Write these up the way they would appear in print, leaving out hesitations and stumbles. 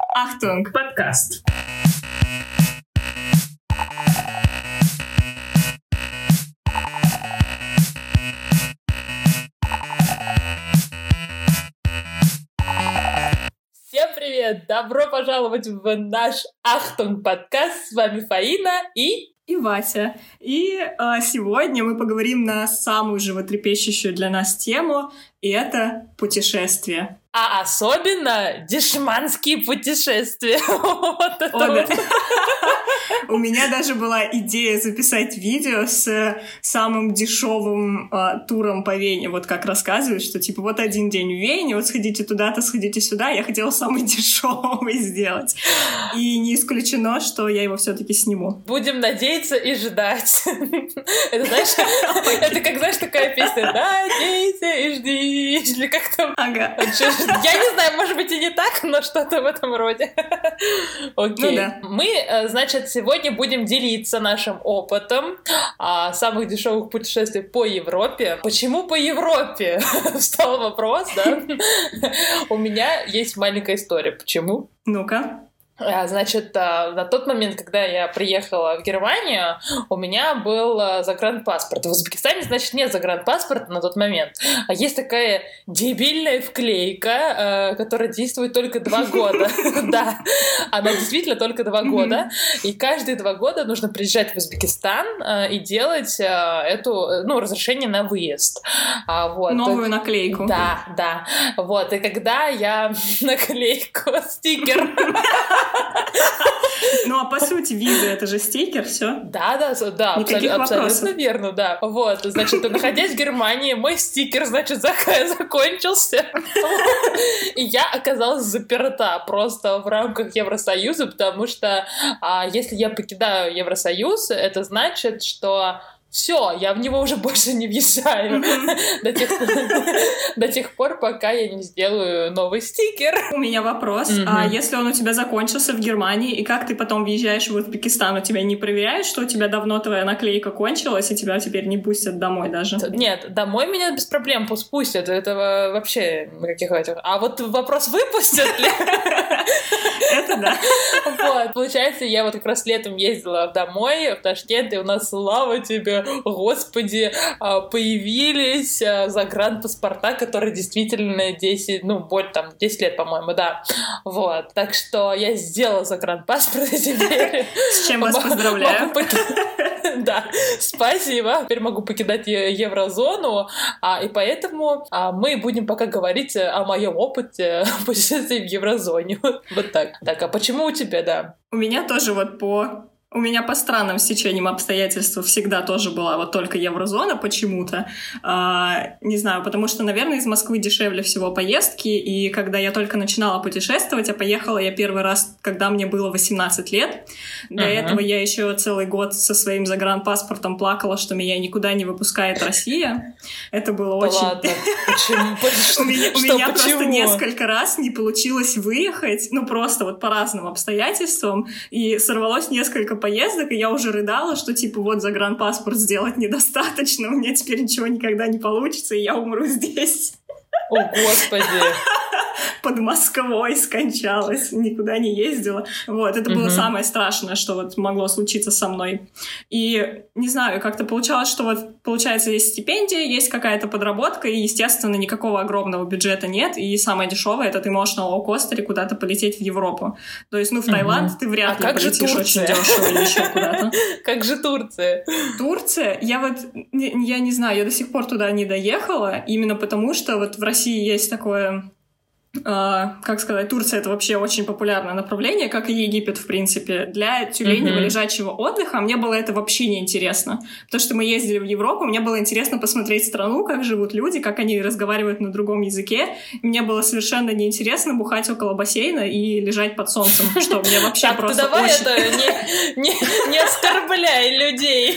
Achtung, подкаст. Всем привет! Добро пожаловать в наш Achtung подкаст. С вами Фаина и Вася. И сегодня мы поговорим на самую животрепещущую для нас тему, и это путешествия. А особенно дешманские путешествия. Вот это вот. У меня даже была идея записать видео с самым дешевым туром по Вене. Вот как рассказывают, что типа вот один день в Вене, вот сходите туда-то, сходите сюда. Я хотела самый дешевый сделать. И не исключено, что я его все-таки сниму. Будем надеяться и ждать. Это, знаешь, это как, знаешь, такая песня «Надейся и жди». Или как там? Ага. Я не знаю, может быть и не так, но что-то в этом роде. Окей. Ну, да. Мы, значит, сегодня будем делиться нашим опытом самых дешевых путешествий по Европе. Почему по Европе? Встал вопрос, да? У меня есть маленькая история. Почему? Ну-ка. Значит, на тот момент, когда я приехала в Германию, у меня был загранпаспорт. В Узбекистане, значит, нет загранпаспорта на тот момент. А есть такая дебильная вклейка, которая действует только 2 года. Да, она действительно только 2 года. И каждые 2 года нужно приезжать в Узбекистан и делать эту, разрешение на выезд. Новую наклейку. Да. Вот, и когда я наклейку, стикер... Ну, а по сути, виза — это же стикер, все. Да, абсолютно верно, да. Вот, значит, находясь в Германии, мой стикер, значит, закончился. И я оказалась заперта просто в рамках Евросоюза, потому что если я покидаю Евросоюз, это значит, что все, я в него уже больше не въезжаю до тех пор, пока я не сделаю новый стикер. У меня вопрос. А если он у тебя закончился в Германии, и как ты потом въезжаешь в Узбекистан? У тебя не проверяют, что у тебя давно твоя наклейка кончилась, и тебя теперь не пустят домой даже? Нет, домой меня без проблем пустят. Это вообще никаких этих... А вот вопрос, выпустят ли? Это да. Вот, получается, я вот как раз летом ездила домой, в Ташкент, и у нас, слава тебе, Господи, появились загранпаспорта, которые действительно 10 лет, по-моему, да. Вот, так что я сделала загранпаспорт, и теперь... С чем вас поздравляю. Да, спасибо. Теперь могу покидать еврозону, и поэтому мы будем пока говорить о моем опыте путешествий в еврозоне. Вот так. Так, а почему у тебя, да? У меня тоже У меня по странным стечениям обстоятельств всегда тоже была вот только еврозона почему-то. Не знаю, потому что, наверное, из Москвы дешевле всего поездки, и когда я только начинала путешествовать, а поехала я первый раз, когда мне было 18 лет. До этого я еще целый год со своим загранпаспортом плакала, что меня никуда не выпускает Россия. Это было очень... Ладно, почему? У меня просто несколько раз не получилось выехать, просто вот по разным обстоятельствам, и сорвалось несколько поездок, и я уже рыдала, что типа вот загранпаспорт сделать недостаточно, у меня теперь ничего никогда не получится, и я умру здесь. О, Господи! Под Москвой скончалась, никуда не ездила. Вот, это было самое страшное, что вот могло случиться со мной. И, не знаю, как-то получалось, что вот, получается, есть стипендия, есть какая-то подработка, и, естественно, никакого огромного бюджета нет, и самое дешевое — это ты можешь на лоукостере куда-то полететь в Европу. То есть, в Таиланд ты вряд ли полетишь очень дешево или еще куда-то. Как же Турция? Турция? Я не знаю, я до сих пор туда не доехала, именно потому что вот в России есть такое... Турция — это вообще очень популярное направление, как и Египет, в принципе, для тюленевого лежачего отдыха. Мне было это вообще не интересно. Потому что мы ездили в Европу, мне было интересно посмотреть страну, как живут люди, как они разговаривают на другом языке. И мне было совершенно неинтересно бухать около бассейна и лежать под солнцем, что мне вообще просто давай это, не оскорбляй людей.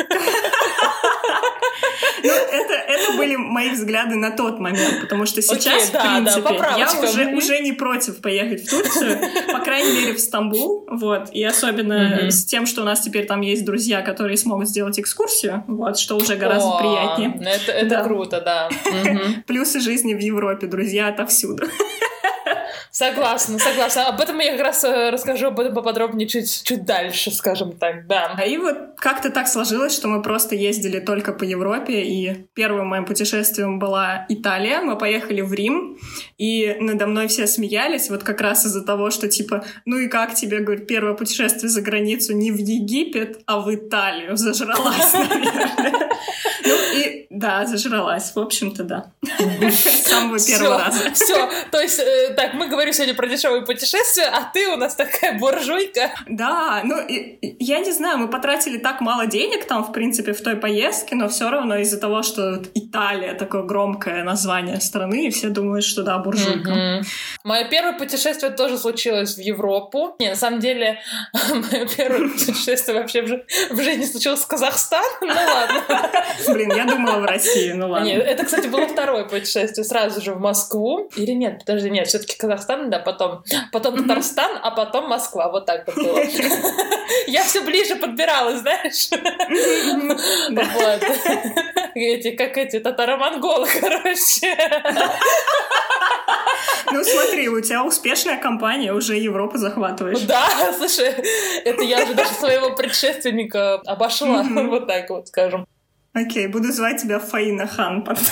Это были мои взгляды на тот момент, потому что сейчас, в принципе, я уже не против поехать в Турцию, по крайней мере, в Стамбул, вот, и особенно с тем, что у нас теперь там есть друзья, которые смогут сделать экскурсию, вот, что уже гораздо приятнее. Это круто, да. Плюсы жизни в Европе, друзья отовсюду. Согласна. Об этом я как раз расскажу об этом поподробнее чуть дальше, скажем так, да. И вот как-то так сложилось, что мы просто ездили только по Европе, и первым моим путешествием была Италия. Мы поехали в Рим, и надо мной все смеялись, вот как раз из-за того, что типа, ну и как тебе, говорит, первое путешествие за границу не в Египет, а в Италию. Зажралась, наверное. Ну и да, зажралась, в общем-то, да. С самого первого раза. Все, то есть, так, мы говорим сегодня про дешевые путешествия, а ты у нас такая буржуйка. Да, ну, я не знаю, мы потратили так мало денег там, в принципе, в той поездке, но все равно из-за того, что Италия такое громкое название страны, и все думают, что да, буржуйка. Мое первое путешествие тоже случилось в Европу. Не, на самом деле, мое первое путешествие вообще в жизни случилось в Казахстан. Ну ладно. Блин, я думала в России, ну ладно. Нет, это, кстати, было второе путешествие сразу же в Москву. Или нет, подожди, нет, все-таки Казахстан, да, потом Татарстан, а потом Москва. Вот так вот было. Я все ближе подбиралась, знаешь? Вот. Эти татаро-монголы, короче. Ну смотри, у тебя успешная компания, уже Европу захватываешь. Да, слушай, это я уже даже своего предшественника обошла, вот так вот скажем. Окей, буду звать тебя Фаина Хан потом.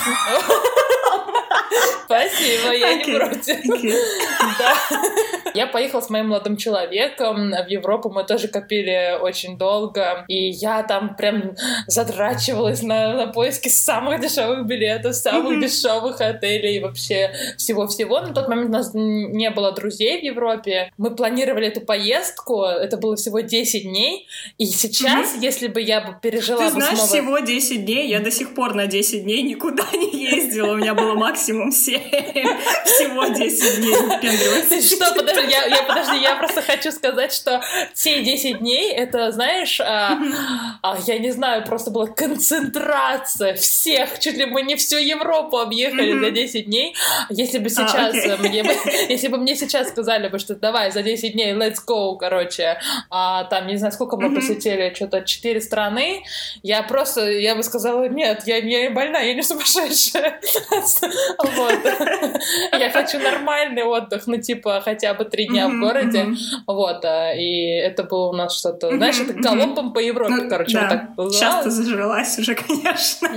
Спасибо, я не против. Да. Я поехала с моим молодым человеком в Европу, мы тоже копили очень долго, и я там прям задрачивалась на поиски самых дешевых билетов, самых дешевых отелей и вообще всего-всего. На тот момент у нас не было друзей в Европе. Мы планировали эту поездку, это было всего 10 дней, и сейчас, если бы я пережила... Ты знаешь, всего 10 дней, я до сих пор на 10 дней никуда не ездила, у меня было максимум 7, всего 10 дней выпендриваться. Что, подожди, я просто хочу сказать, что те 10 дней, это, знаешь, я не знаю, просто была концентрация всех, чуть ли мы не всю Европу объехали за 10 дней. Если бы сейчас, если бы мне сейчас сказали бы, что давай за 10 дней, let's go, короче, там, не знаю, сколько мы посетили, что-то 4 страны, я бы сказала, нет, я не больна, я не сумасшедшая. Вот. Я хочу нормальный отдых, ну, типа, хотя бы 3 дня в городе. Вот. И это было у нас что-то, знаешь, это галопом по Европе, короче, да. вот так называлось. Часто зажралась уже, конечно.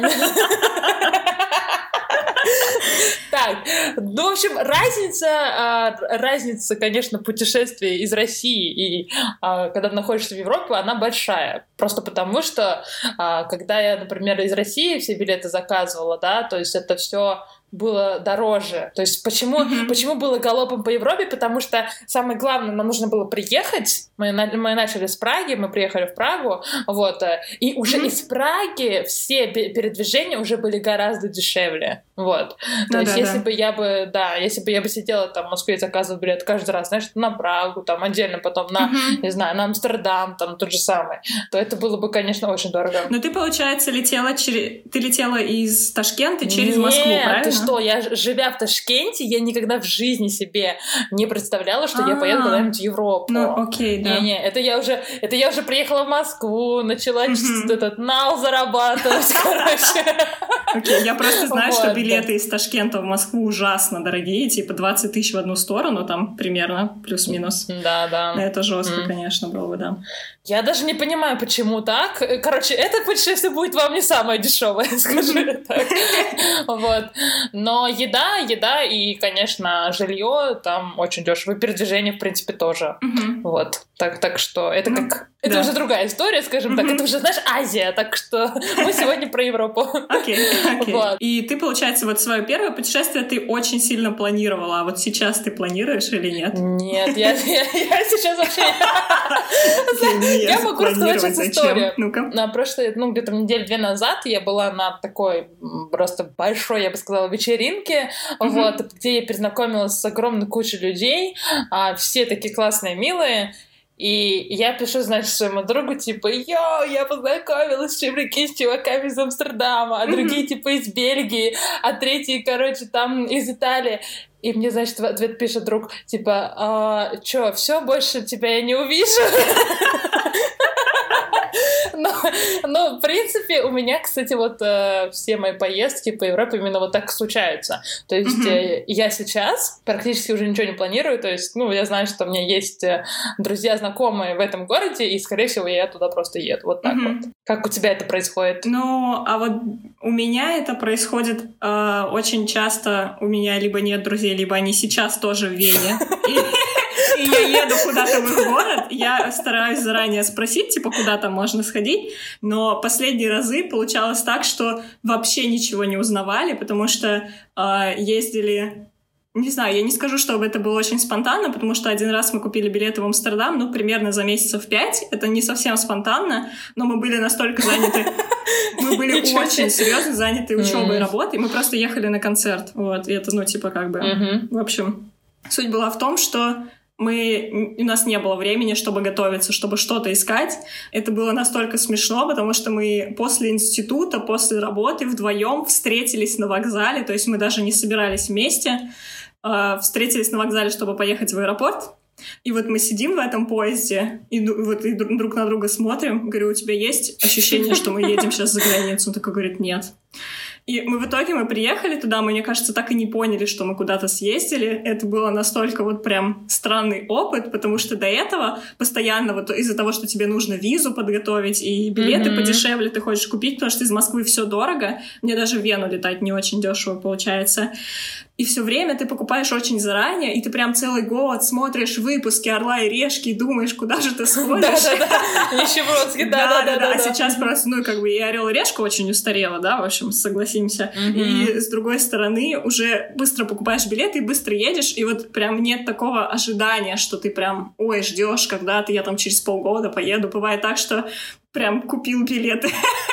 Так, ну, в общем, разница, конечно, путешествий из России и когда ты находишься в Европе, она большая. Просто потому, что когда я, например, из России все билеты заказывала, да, то есть это все было дороже. То есть почему было галопом по Европе? Потому что самое главное, нам нужно было приехать. Мы начали с Праги, мы приехали в Прагу, вот, и уже из Праги все передвижения уже были гораздо дешевле. Вот. То есть если бы я сидела там в Москве и заказывала билет каждый раз, знаешь, на Прагу, там отдельно, потом не знаю, на Амстердам, там тот же самый, то это было бы, конечно, очень дорого. Но ты, получается, летела из Ташкента через Москву, правильно? Что, живя в Ташкенте, я никогда в жизни себе не представляла, что я поеду куда-нибудь в Европу. Ну, окей, да. Не, это я уже приехала в Москву, начала этот нал зарабатывать, короче. Окей, я просто знаю, что билеты из Ташкента в Москву ужасно дорогие, типа 20 тысяч в одну сторону, там примерно, плюс-минус. Да. Это жестко, конечно, было бы, да. Я даже не понимаю, почему так. Короче, это путешествие будет вам не самое дешевое, скажи так. Вот. Но еда и, конечно, жилье там очень дешево. И передвижение, в принципе, тоже. Вот. Так что это это уже другая история, скажем так. Это уже, знаешь, Азия. Так что мы сегодня про Европу. Окей. Вот. И ты, получается, вот свое первое путешествие ты очень сильно планировала, а вот сейчас ты планируешь или нет? Нет, я сейчас вообще... Я могу рассказать эту историю. На прошлой, где-то недели 2 назад я была на такой просто большой, я бы сказала, вечеринке, вот, где я перезнакомилась с огромной кучей людей, все такие классные, милые. И я пишу, значит, своему другу, типа, я познакомилась с чуваками из Амстердама, а другие, типа, из Бельгии, а третьи, короче, там из Италии. И мне, значит, в ответ пишет друг, типа, чё, все, больше тебя я не увижу? Но Ну, в принципе, у меня, кстати, вот все мои поездки по Европе именно вот так случаются. То есть я сейчас практически уже ничего не планирую, то есть, ну, я знаю, что у меня есть друзья, знакомые в этом городе, и, скорее всего, я туда просто еду. Вот так вот. Как у тебя это происходит? Ну, а вот у меня это происходит очень часто. У меня либо нет друзей, либо они сейчас тоже в Вене. И я еду куда-то в их город, я стараюсь заранее спросить, типа, куда там можно сходить, но последние разы получалось так, что вообще ничего не узнавали, потому что ездили... Не знаю, я не скажу, что это было очень спонтанно, потому что один раз мы купили билеты в Амстердам, ну, примерно за месяцев 5. Это не совсем спонтанно, но мы были настолько заняты... Мы были очень серьезно заняты учебой и работой. Мы просто ехали на концерт. Вот, и это, ну, типа, как бы... В общем, суть была в том, что у нас не было времени, чтобы готовиться, чтобы что-то искать. Это было настолько смешно, потому что мы после института, после работы вдвоем встретились на вокзале, то есть мы даже не собирались вместе, встретились на вокзале, чтобы поехать в аэропорт. И вот мы сидим в этом поезде, и друг на друга смотрим. Говорю, у тебя есть ощущение, что мы едем сейчас за границу? Он такой говорит, нет. И в итоге мы приехали туда, мы, мне кажется, так и не поняли, что мы куда-то съездили. Это было настолько вот прям странный опыт, потому что до этого постоянно вот из-за того, что тебе нужно визу подготовить и билеты подешевле ты хочешь купить, потому что из Москвы все дорого. Мне даже в Вену летать не очень дешево получается. И все время ты покупаешь очень заранее, и ты прям целый год смотришь выпуски «Орла и решки» и думаешь, куда же ты сходишь. Да-да-да, нищебродский, да-да-да. А сейчас просто, ну, как бы и «Орел и решка» очень устарела, да, в общем, согласимся. И с другой стороны уже быстро покупаешь билеты и быстро едешь, и вот прям нет такого ожидания, что ты прям, ой, ждешь, когда-то я там через полгода поеду. Бывает так, что прям купил билеты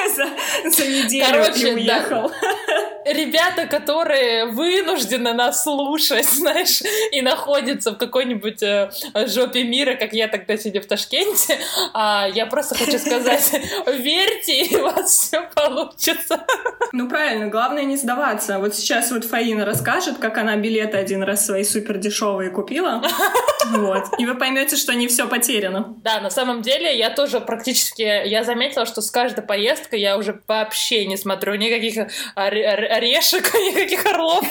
за неделю и уехал. Ребята, которые вынуждены нас слушать, знаешь, и находятся в какой-нибудь жопе мира, как я тогда сидя в Ташкенте, я просто хочу сказать, верьте, и у вас все получится. Ну правильно, главное не сдаваться. Вот сейчас вот Фаина расскажет, как она билеты один раз свои супер дешевые купила, вот, и вы поймете, что не все потеряно. Да, на самом деле я тоже практически, я заметила, что с каждой поездкой я уже вообще не смотрю никаких орешек, никаких орлов.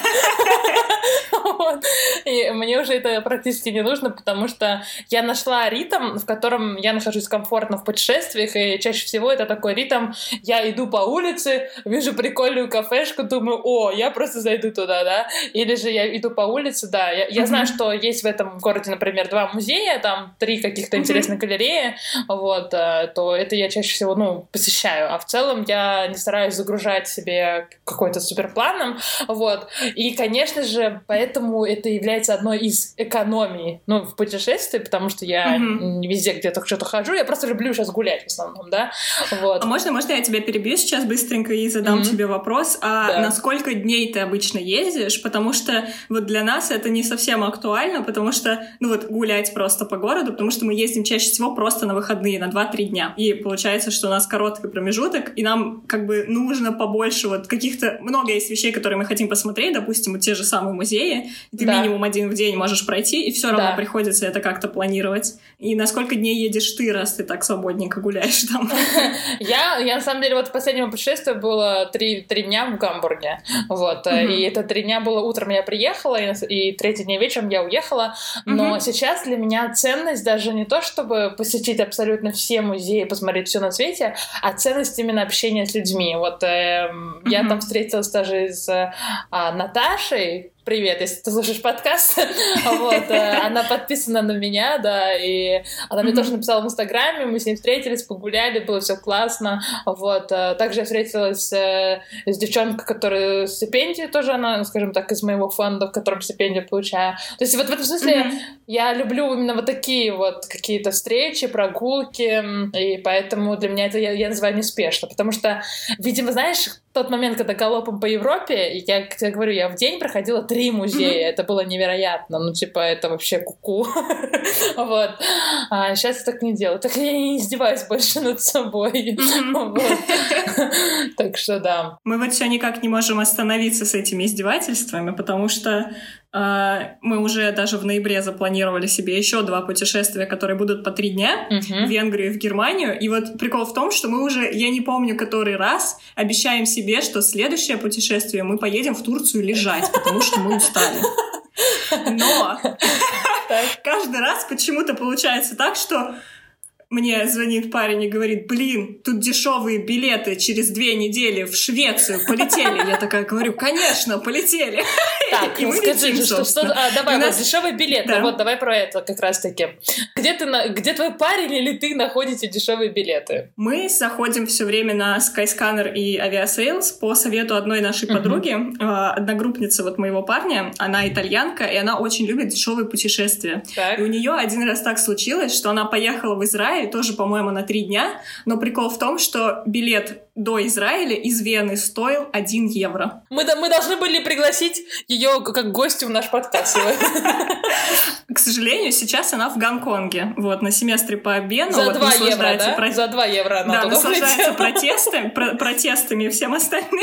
И мне уже это практически не нужно, потому что я нашла ритм, в котором я нахожусь комфортно в путешествиях, и чаще всего это такой ритм: я иду по улице, вижу прикольную кафешку, думаю, о, я просто зайду туда, да, или же я иду по улице, да, я знаю, что есть в этом городе, например, 2 музея, там 3 каких-то интересных галереи, вот, то это я чаще всего, ну, посещаю, а в целом я не стараюсь загружать себе какой-то суперпланом, вот, и, конечно же, поэтому это является одной из экономий, ну, в путешествии, потому что я не везде где-то что-то хожу, я просто люблю сейчас гулять в основном, да, вот. А можно я тебя перебью сейчас быстренько и задам тебе вопрос, на сколько дней ты обычно ездишь, потому что вот для нас это не совсем актуально, потому что, ну, вот гулять просто по городу, потому что мы ездим чаще всего просто на выходные, на 2-3 дня, и получается, что у нас короткий промежуток, и нам как бы нужно побольше вот каких-то, много есть вещей, которые мы хотим посмотреть, допустим, вот те же самые музеи, и ты минимум 1 в день можешь пройти, и все равно приходится это как-то планировать. И на сколько дней едешь ты, раз ты так свободненько гуляешь там? Я на самом деле, вот в последнем путешествии было 3 дня в Гамбурге, вот, и это 3 дня было утром я приехала, и 3-й день вечером я уехала, но сейчас для меня ценность даже не то, чтобы посетить абсолютно все музеи, посмотреть все на свете, а ценность именно общения с людьми. Вот я там встретилась даже с Наташей. Привет, если ты слушаешь подкаст. Вот, она подписана на меня, да, и она мне тоже написала в Инстаграме, мы с ней встретились, погуляли, было все классно. Вот, также я встретилась с девчонкой, которая стипендию тоже, она, скажем так, из моего фонда, в котором стипендию получаю. То есть вот в этом смысле я люблю именно вот такие вот какие-то встречи, прогулки, и поэтому для меня это я называю неспешно, потому что, видимо, знаешь, тот момент, когда галопом по Европе, я тебе говорю, я в день проходила 3 музея, это было невероятно, ну, типа, это вообще ку-ку, вот, а сейчас я так не делаю, так я не издеваюсь больше над собой, так что да. Мы вот все никак не можем остановиться с этими издевательствами, потому что Мы уже даже в ноябре запланировали себе еще 2 путешествия, которые будут по 3 дня в Венгрию и в Германию. И вот прикол в том, что мы уже, я не помню который раз, обещаем себе, что следующее путешествие мы поедем в Турцию лежать, потому что мы устали. Но каждый раз почему-то получается так, что мне звонит парень и говорит: блин, тут дешевые билеты через 2 недели в Швецию, полетели. Я такая говорю: конечно, полетели. Так, ну скажи, давай, вот дешевые билеты, вот давай про это как раз-таки. Где твой парень или ты находите дешевые билеты? Мы заходим все время на Skyscanner и Aviasales по совету одной нашей подруги, одногруппницы вот моего парня. Она итальянка, и она очень любит дешевые путешествия. И у нее один раз так случилось, что она поехала в Израиль, тоже, по-моему, на 3 дня, но прикол в том, что билет до Израиля из Вены стоил 1 евро. Мы должны были пригласить ее как гостью в наш подкаст. К сожалению, сейчас она в Гонконге, вот, на семестре по обмену. За 2 евро, да? За 2 евро она туда наслаждается протестами и всем остальным.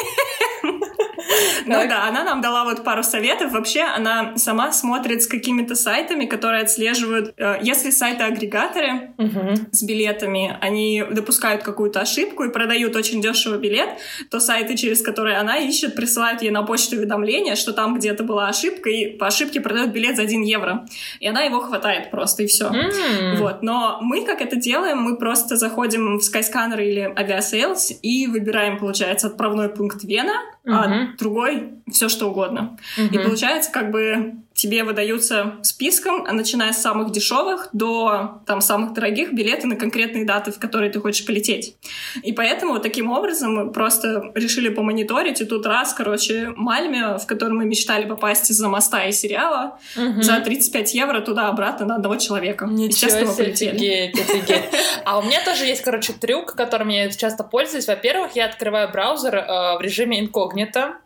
Ну да, она нам дала вот пару советов. Вообще, она сама смотрит с какими-то сайтами, которые отслеживают... Если сайты-агрегаторы с билетами, они допускают какую-то ошибку и продают очень дешево билет, то сайты, через которые она ищет, присылают ей на почту уведомления, что там где-то была ошибка, и по ошибке продают билет за 1 евро. И она его хватает просто, и все. Вот. Но мы, как это делаем, мы просто заходим в Skyscanner или Aviasales и выбираем, получается, отправной пункт Вена, а другой все что угодно. И получается, как бы тебе выдаются списком, начиная с самых дешевых до там самых дорогих, билеты на конкретные даты, в которые ты хочешь полететь. И поэтому вот таким образом мы просто решили помониторить, и тут раз, короче, Мальме, в который мы мечтали попасть из-за моста и сериала, за 35 евро туда-обратно на одного человека. Ничего себе, офигеть. А у меня тоже есть, короче, трюк, которым я часто пользуюсь. Во-первых, я открываю браузер в режиме инкогнито.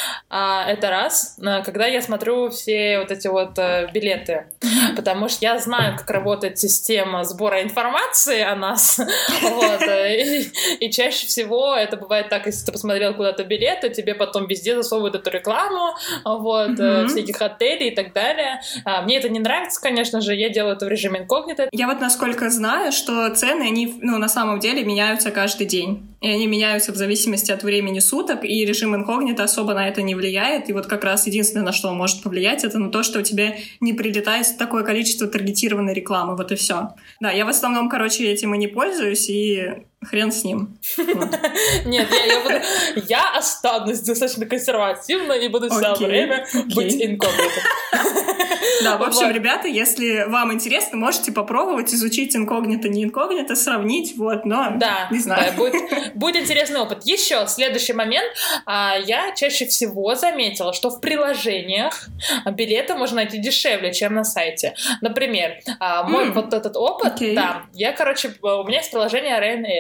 Это раз, когда я смотрю все вот эти вот билеты, потому что я знаю, как работает система сбора информации о нас, вот, и чаще всего это бывает так, если ты посмотрел куда-то билеты, тебе потом везде засовывают эту рекламу, вот, всяких отелей и так далее. Мне это не нравится, конечно же, я делаю это в режиме инкогнито. Я вот насколько знаю, что цены, они, на самом деле меняются каждый день, и они меняются в зависимости от времени суток, и режим инкогнито особо на это не влияет. И вот как раз единственное, на что он может повлиять, это на то, что у тебя не прилетает такое количество таргетированной рекламы. Вот и все. Да, я в основном, короче, этим и не пользуюсь, и хрен с ним. Нет, я останусь достаточно консервативно и буду все время быть инкогнито. Да, в общем, ребята, если вам интересно, можете попробовать изучить инкогнито, не инкогнито, сравнить, вот, но не знаю. Будет интересный опыт. Еще следующий момент. Я чаще всего заметила, что в приложениях билеты можно найти дешевле, чем на сайте. Например, мой вот этот опыт, да, я, короче, у меня есть приложение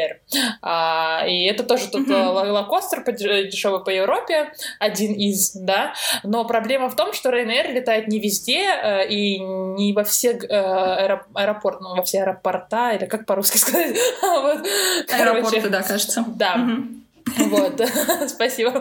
Ryanair, и это тоже тут лоукостер дешевый по Европе, один из, да, но проблема в том, что Ryanair летает не везде и не во все аэропорты, во все аэропорта, или как по-русски сказать? Аэропорты, да, кажется. Да. Вот, спасибо.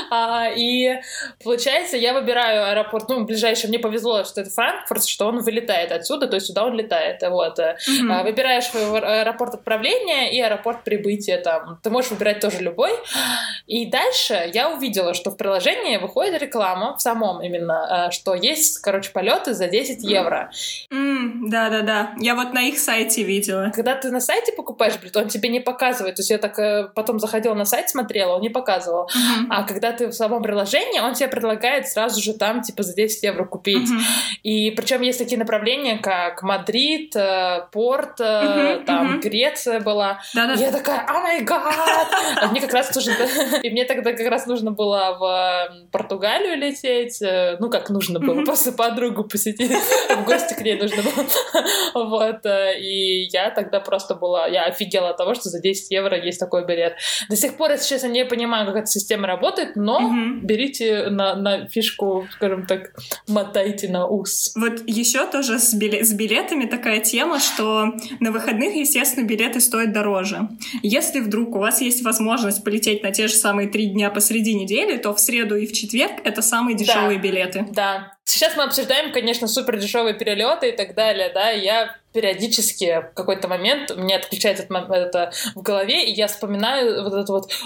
И получается, я выбираю аэропорт, ближайший, мне повезло, что это Франкфурт, что он вылетает отсюда, то есть сюда он летает, вот. Выбираешь аэропорт отправления и аэропорт прибытия, там, ты можешь выбирать тоже любой. И дальше я увидела, что в приложении выходит реклама, в самом именно, что есть, короче, полеты за 10 евро. Да-да-да, я вот на их сайте видела. Когда ты на сайте покупаешь билет, он тебе не показывает, то есть я так потом заходила на сайт, смотрела, он не показывал. А когда ты в самом приложении, он тебе предлагает сразу же там, типа, за 10 евро купить. И причем есть такие направления, как Мадрид, Порт, там, Греция была. И я такая, о май гад! Мне как раз тоже... И мне тогда как раз нужно было в Португалию лететь. Ну, как нужно было, просто подругу посетить. В гости к ней нужно было. Вот. И я тогда просто была... Я офигела от того, что за 10 евро есть такой билет. До сих пор, если честно, не понимаю, как эта система работает, но берите на фишку, скажем так, мотайте на ус. Вот еще тоже с билетами такая тема, что на выходных, естественно, билеты стоят дороже. Если вдруг у вас есть возможность полететь на те же самые 3 дня посреди недели, то в среду и в четверг это самые дешевые билеты. Да. Сейчас мы обсуждаем, конечно, супер дешевые перелеты и так далее, да, и я периодически в какой-то момент у меня отключается это в голове, и я вспоминаю вот этот вот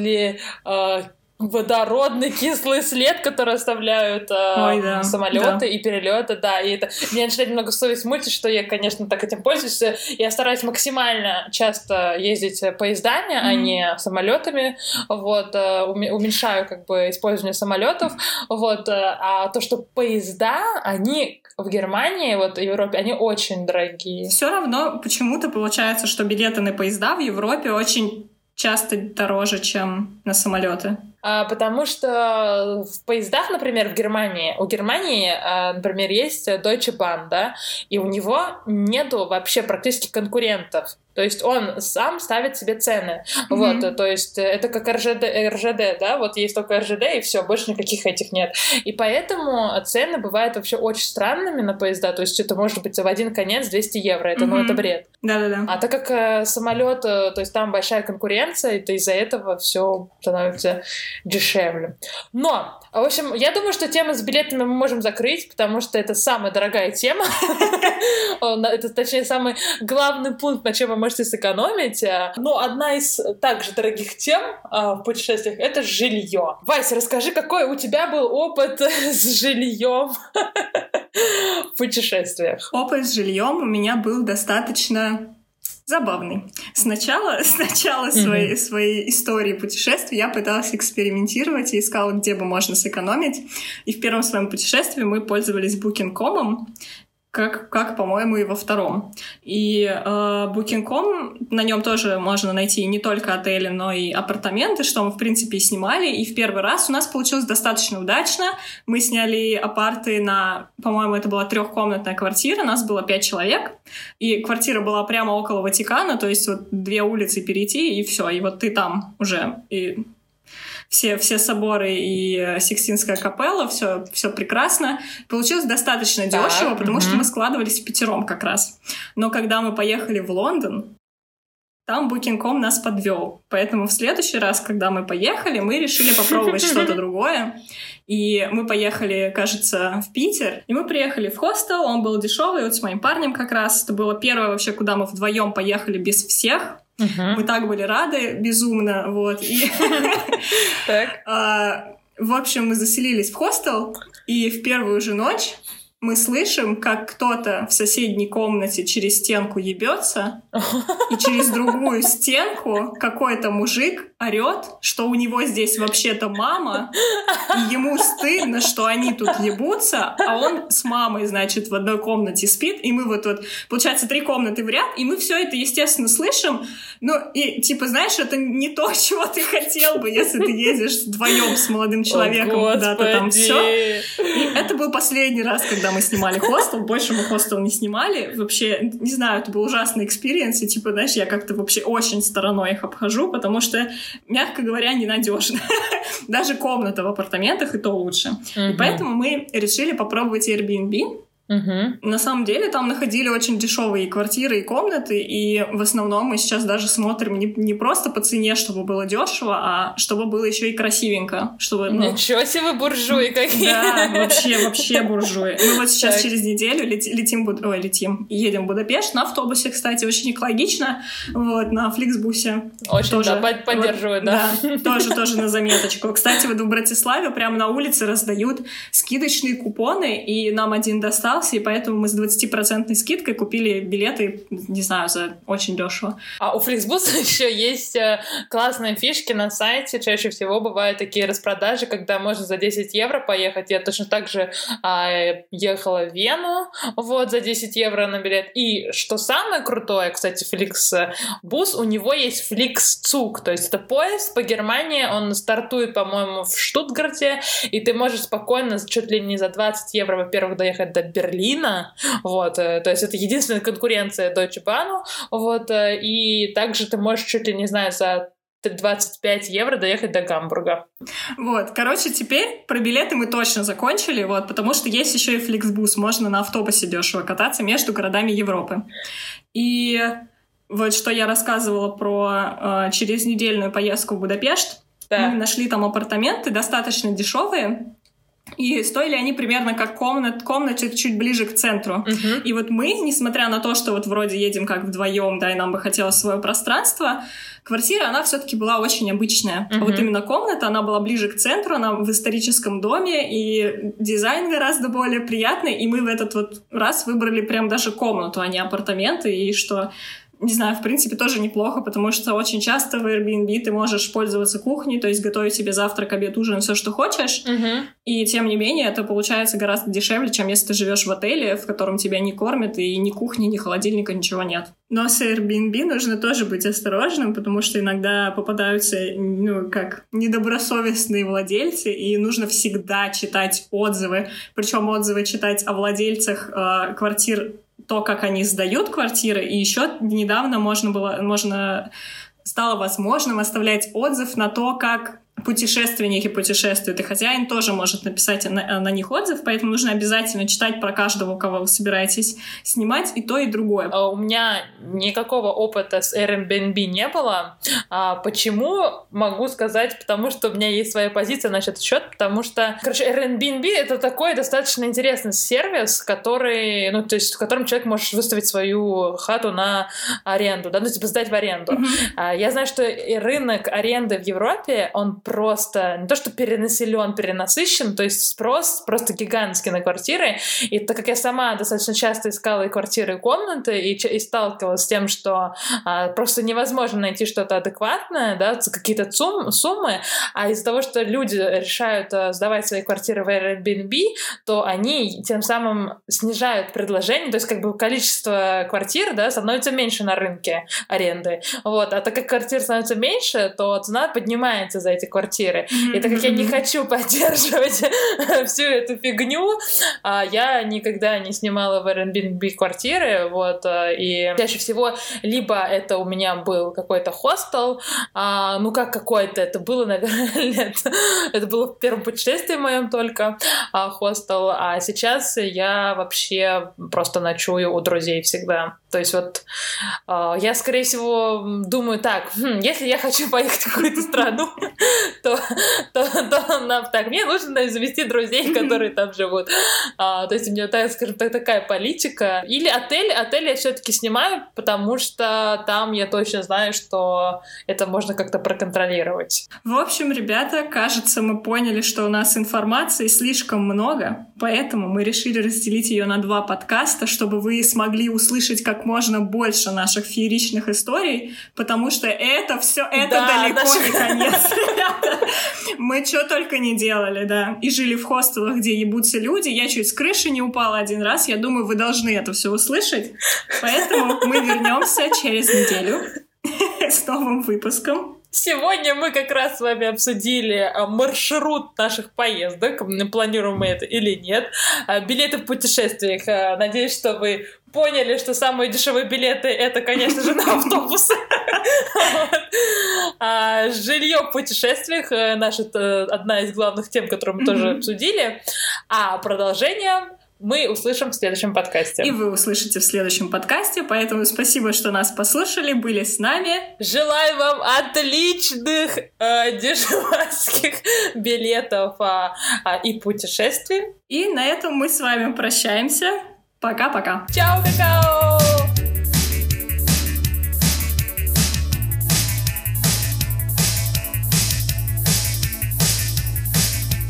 водородный кислый след, который оставляют самолеты и перелеты, да, и это меня начинает немного совесть мучить, что я, конечно, так этим пользуюсь. Я стараюсь максимально часто ездить поездами, а не самолетами, вот, уменьшаю как бы использование самолетов, вот, а то, что поезда, они в Германии, вот, в Европе, они очень дорогие. Все равно почему-то получается, что билеты на поезда в Европе очень часто дороже, чем на самолеты. Потому что в поездах, например, у Германии, например, есть Deutsche Bahn, да, и у него нету вообще практически конкурентов. То есть он сам ставит себе цены. Вот, то есть это как РЖД, да, вот есть только РЖД, и все, больше никаких этих нет. И поэтому цены бывают вообще очень странными на поезда, то есть это может быть в один конец 200 евро, это, это бред. Да-да-да. А так как самолет, то есть там большая конкуренция, то из-за этого все становится дешевле. Но, в общем, я думаю, что тему с билетами мы можем закрыть, потому что это самая дорогая тема. Это, точнее, самый главный пункт, на чем вы можете сэкономить. Но одна из также дорогих тем в путешествиях — это жилье. Вася, расскажи, какой у тебя был опыт с жильем в путешествиях? Опыт с жильем у меня был достаточно забавный. Сначала своей истории путешествий я пыталась экспериментировать и искала, где бы можно сэкономить. И в первом своем путешествии мы пользовались Booking.com, как, по-моему, и во втором. И Booking.com, на нем тоже можно найти не только отели, но и апартаменты, что мы, в принципе, и снимали. И в первый раз у нас получилось достаточно удачно. Мы сняли апарты на, по-моему, это была 3-комнатная квартира, нас было 5 человек. И квартира была прямо около Ватикана, то есть вот 2 улицы перейти, и все. И вот ты там уже... И все соборы и Сикстинская капелла, все прекрасно. Получилось достаточно дешево, потому что мы складывались впятером как раз. Но когда мы поехали в Лондон, там Booking.com нас подвел. Поэтому в следующий раз, когда мы поехали, мы решили попробовать что-то другое. И мы поехали, кажется, в Питер. И мы приехали в хостел, он был дешевый, вот с моим парнем как раз. Это было первое вообще, куда мы вдвоем поехали без всех. Мы так были рады, безумно, вот. В общем, мы заселились в хостел, и в первую же ночь мы слышим, как кто-то в соседней комнате через стенку ебется, и через другую стенку какой-то мужик орет, что у него здесь вообще-то мама, и ему стыдно, что они тут ебутся, а он с мамой, значит, в одной комнате спит, и мы вот, получается, 3 комнаты в ряд, и мы все это, естественно, слышим, ну, и, типа, знаешь, это не то, чего ты хотел бы, если ты ездишь вдвоем с молодым человеком куда-то там, все. И это был последний раз, когда мы снимали хостел, больше мы хостел не снимали, вообще, не знаю, это был ужасный экспириенс, и, типа, знаешь, я как-то вообще очень стороной их обхожу, потому что, мягко говоря, ненадежно. Даже комната в апартаментах и то лучше. И поэтому мы решили попробовать Airbnb. На самом деле там находили очень дешевые квартиры и комнаты, и в основном мы сейчас даже смотрим не просто по цене, чтобы было дешево, а чтобы было еще и красивенько. Чтобы, Ничего себе, буржуи какие! Да, вообще буржуи. Мы вот сейчас через неделю едем в Будапешт на автобусе, кстати, очень экологично, вот, на Фликсбусе. Очень, тоже, да, поддерживаю, вот, да. Тоже на заметочку. Кстати, вот в Братиславе прямо на улице раздают скидочные купоны, и нам один достал, и поэтому мы с 20% скидкой купили билеты, не знаю, за очень дешево. А у Flixbus еще есть классные фишки на сайте. Чаще всего бывают такие распродажи, когда можно за 10 евро поехать. Я точно так же ехала в Вену вот, за 10 евро на билет. И что самое крутое, кстати, Flixbus, у него есть Flixzug, то есть это поезд по Германии, он стартует, по-моему, в Штутгарте, и ты можешь спокойно, чуть ли не за 20 евро, во-первых, доехать до Берлина, вот, то есть это единственная конкуренция Deutsche Bahn, вот, и также ты можешь чуть ли, не знаю, за 25 евро доехать до Гамбурга. Вот, короче, теперь про билеты мы точно закончили, вот, потому что есть еще и Flixbus, можно на автобусе дешево кататься между городами Европы. И вот что я рассказывала про через недельную поездку в Будапешт, мы нашли там апартаменты достаточно дешевые, И стоили они примерно как комната чуть ближе к центру. И вот мы, несмотря на то, что вот вроде едем как вдвоем, да, и нам бы хотелось свое пространство, квартира, она все-таки была очень обычная. А вот именно комната, она была ближе к центру, она в историческом доме, и дизайн гораздо более приятный, и мы в этот вот раз выбрали прям даже комнату, а не апартаменты, и что... Не знаю, в принципе, тоже неплохо, потому что очень часто в Airbnb ты можешь пользоваться кухней, то есть готовить себе завтрак, обед, ужин, все, что хочешь. И тем не менее, это получается гораздо дешевле, чем если ты живешь в отеле, в котором тебя не кормят, и ни кухни, ни холодильника, ничего нет. Но с Airbnb нужно тоже быть осторожным, потому что иногда попадаются, как недобросовестные владельцы, и нужно всегда читать отзывы. Причем отзывы читать о владельцах квартир, то, как они сдают квартиры, и еще недавно стало возможным оставлять отзыв на то, как путешественники путешествуют, и хозяин тоже может написать на них отзыв, поэтому нужно обязательно читать про каждого, у кого вы собираетесь снимать, и то, и другое. У меня никакого опыта с Airbnb не было. Почему? Могу сказать, потому что у меня есть своя позиция на этот счет, потому что, Airbnb — это такой достаточно интересный сервис, который, в котором человек может выставить свою хату на аренду, да, сдать в аренду. Я знаю, что рынок аренды в Европе, он просто не то что перенасыщен, то есть спрос просто гигантский на квартиры. И так как я сама достаточно часто искала и квартиры, и комнаты, и сталкивалась с тем, что просто невозможно найти что-то адекватное, да, какие-то суммы, а из-за того, что люди решают сдавать свои квартиры в Airbnb, то они тем самым снижают предложение, то есть количество квартир, да, становится меньше на рынке аренды. Вот. А так как квартир становится меньше, то цена поднимается за эти квартиры. И так как я не хочу поддерживать всю эту фигню, я никогда не снимала в Airbnb квартиры, вот, и чаще всего либо это у меня был какой-то хостел, это было, наверное, это было в первом путешествии моем только хостел, а сейчас я вообще просто ночую у друзей всегда. То есть вот я, скорее всего, думаю так, если я хочу поехать в какую-то страну, то мне нужно завести друзей, которые там живут. То есть у меня, такая политика. Или отель я все-таки снимаю, потому что там я точно знаю, что это можно как-то проконтролировать. В общем, ребята, кажется, мы поняли, что у нас информации слишком много, поэтому мы решили разделить ее на 2 подкаста, чтобы вы смогли услышать как можно больше наших фееричных историй, потому что это далеко не конец, ребята. Мы что только не делали, да. И жили в хостелах, где ебутся люди. Я чуть с крыши не упала один раз. Я думаю, вы должны это все услышать. Поэтому мы вернемся через неделю с новым выпуском. Сегодня мы как раз с вами обсудили маршрут наших поездок, планируем мы это или нет, билеты в путешествиях. Надеюсь, что вы поняли, что самые дешевые билеты — это, конечно же, на автобус. Жилье в путешествиях — одна из главных тем, которую мы тоже обсудили. А продолжение мы услышим в следующем подкасте. И вы услышите в следующем подкасте, поэтому спасибо, что нас послушали, были с нами. Желаю вам отличных дешевских билетов и путешествий. И на этом мы с вами прощаемся. Пока-пока. Чао, какао!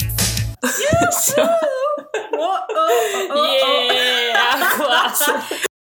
Класс!